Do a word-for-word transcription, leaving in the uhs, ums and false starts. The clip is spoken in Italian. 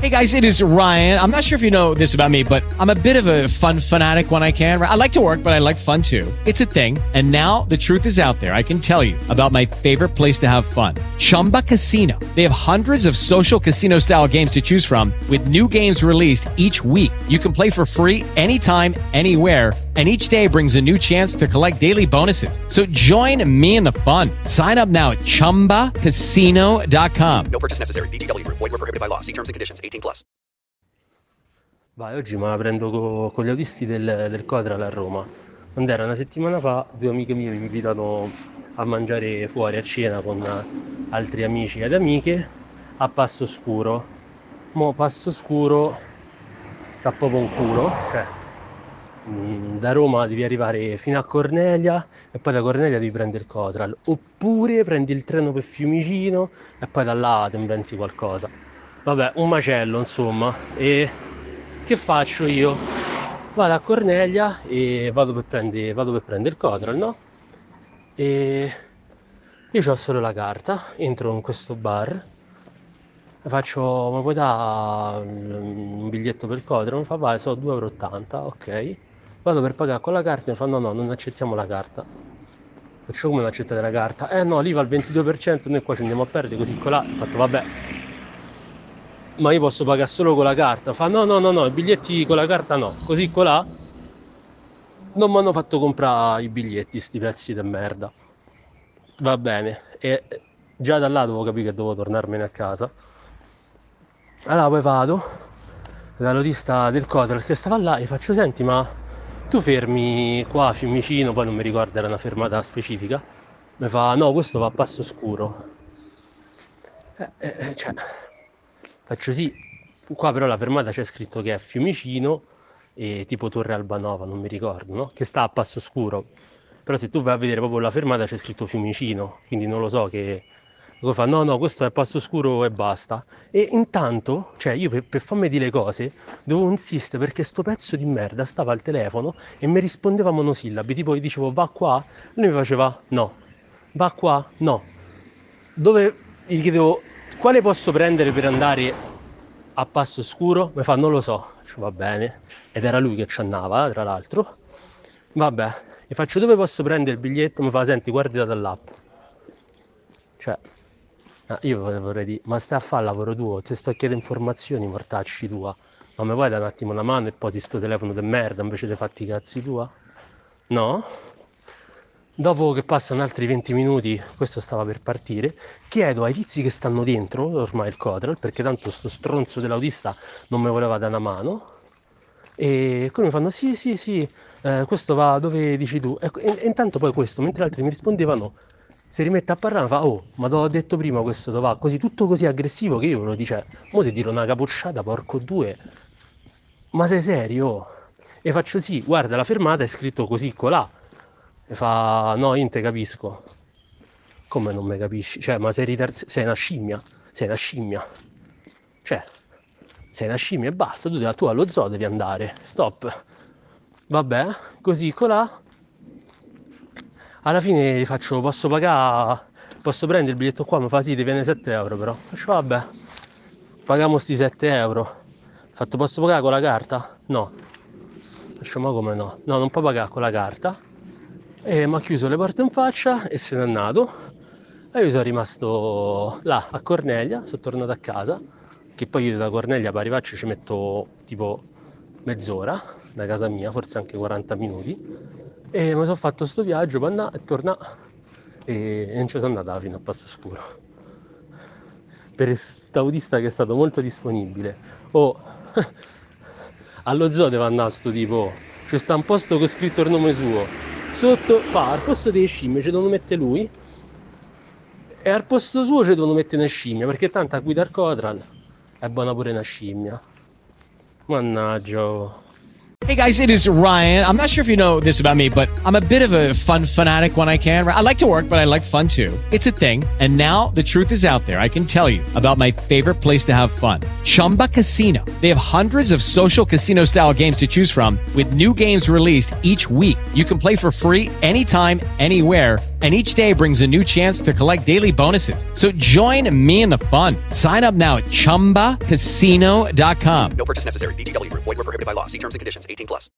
Hey guys, it is Ryan. I'm not sure if you know this about me, but I'm a bit of a fun fanatic when I can. I like to work, but I like fun too. It's a thing. And now the truth is out there. I can tell you about my favorite place to have fun. Chumba Casino. They have hundreds of social casino style games to choose from with new games released each week. You can play for free anytime, anywhere. And each day brings a new chance to collect daily bonuses. So join me in the fun. Sign up now at chumba casino dot com. No purchase necessary. V G W Group. Void where prohibited by law. See terms and conditions. eighteen plus. Vai, oggi me la prendo co- con gli autisti del, del Cotral a Roma. Quando era una settimana fa, due amiche mie mi invitano a mangiare fuori a cena con altri amici ed amiche a Passo Scuro. Mo Passo Scuro sta proprio un culo, cioè mh, da Roma devi arrivare fino a Cornelia e poi da Cornelia devi prendere il Cotral, oppure prendi il treno per Fiumicino e poi da là ti inventi qualcosa. Vabbè, un macello insomma. E che faccio io? Vado a Cornelia e vado per prendere, vado per prendere il Cotral, no? E io ho solo la carta, entro in questo bar, faccio, ma puoi dare un biglietto per il Cotral? Mi fa, vai, so due euro e ottanta, ok. Vado per pagare con la carta e mi fa, no, no, non accettiamo la carta. Faccio, come non accettate la carta? Eh no, lì va il ventidue per cento, noi qua ci andiamo a perdere, così colà. Ho fatto, vabbè, ma io posso pagare solo con la carta. Fa, no, no, no, no, i biglietti con la carta no, così colà. Non mi hanno fatto comprare i biglietti, sti pezzi di merda. Va bene, e già da là dovevo capire che dovevo tornarmene a casa. Allora poi vado dall'autista del Cotral che stava là e faccio, senti, ma tu fermi qua a Fiumicino? Poi non mi ricordo, era una fermata specifica. Mi fa, no, questo va a Passo Scuro. Eh, eh, cioè, faccio sì, qua però la fermata c'è scritto che è Fiumicino e tipo Torre Albanova, non mi ricordo, no? Che sta a Passo Scuro. Però se tu vai a vedere proprio la fermata c'è scritto Fiumicino, quindi non lo so che... Poi fa, no, no, questo è Passo Scuro e basta. E intanto, cioè io per, per farmi dire le cose, dovevo insistere perché sto pezzo di merda stava al telefono e mi rispondeva monosillabi, tipo gli dicevo va qua, lui mi faceva no, va qua, no. Dove gli chiedevo quale posso prendere per andare a Passo Scuro? Mi fa, non lo so. Faccio, va bene. Ed era lui che ci andava, tra l'altro. Vabbè, gli faccio, dove posso prendere il biglietto? Mi fa, senti, guardi dall'app. Cioè, ah, io vorrei dire, ma stai a fare il lavoro tuo? Ti sto chiedendo informazioni, mortacci tua. Ma mi vuoi dare un attimo una mano e posi sto telefono di merda invece di fatti i cazzi tua? No? Dopo che passano altri venti minuti, questo stava per partire, chiedo ai tizi che stanno dentro, ormai il Cotral, perché tanto sto stronzo dell'autista non mi voleva dare una mano, e quello mi fanno, sì, sì, sì, eh, questo va dove dici tu. E, e, e intanto poi questo, mentre altri mi rispondevano, si rimette a parlare, fa, oh, ma te l'ho detto prima questo dove va, così tutto così aggressivo che io ve lo dice, mo ti tiro una capocciata, porco due, ma sei serio? E faccio, sì, guarda, la fermata è scritto così colà. E fa, no, io non te capisco. Come non mi capisci? Cioè, ma sei ritard- sei una scimmia? Sei una scimmia. Cioè, sei una scimmia e basta, tu, tu allo zoo devi andare. Stop. Vabbè, così, colà. Alla fine gli faccio, posso pagare, posso prendere il biglietto qua? Mi fa, sì, ti viene sette euro però. Faccio, vabbè, paghiamo sti sette euro. Fatto, posso pagare con la carta? No. Faccio, ma come no? No, non puoi pagare con la carta. E mi ha chiuso le porte in faccia e se n'è andato. E io sono rimasto là a Cornelia, sono tornato a casa, che poi io da Cornelia per arrivarci ci metto tipo mezz'ora da casa mia, forse anche quaranta minuti, e mi sono fatto sto viaggio per andare e tornare e non ci sono andato alla fine a Passo Scuro per questo autista che è stato molto disponibile. Oh, allo zoo deve andare sto tipo, c'è sta un posto con scritto il nome suo sotto, fa, al posto delle scimmie ci devono mettere lui e al posto suo ci devono mettere una scimmia, perché tanto a guidare il Cotral è buona pure una scimmia. Mannaggia. Hey guys, it is Ryan. I'm not sure if you know this about me, but I'm a bit of a fun fanatic when I can. I like to work, but I like fun too. It's a thing. And now the truth is out there. I can tell you about my favorite place to have fun. Chumba Casino. They have hundreds of social casino style games to choose from with new games released each week. You can play for free anytime, anywhere. And each day brings a new chance to collect daily bonuses. So join me in the fun. Sign up now at chumba casino dot com. No purchase necessary. V G W Group. Void where prohibited by law. See terms and conditions. eighteen plus.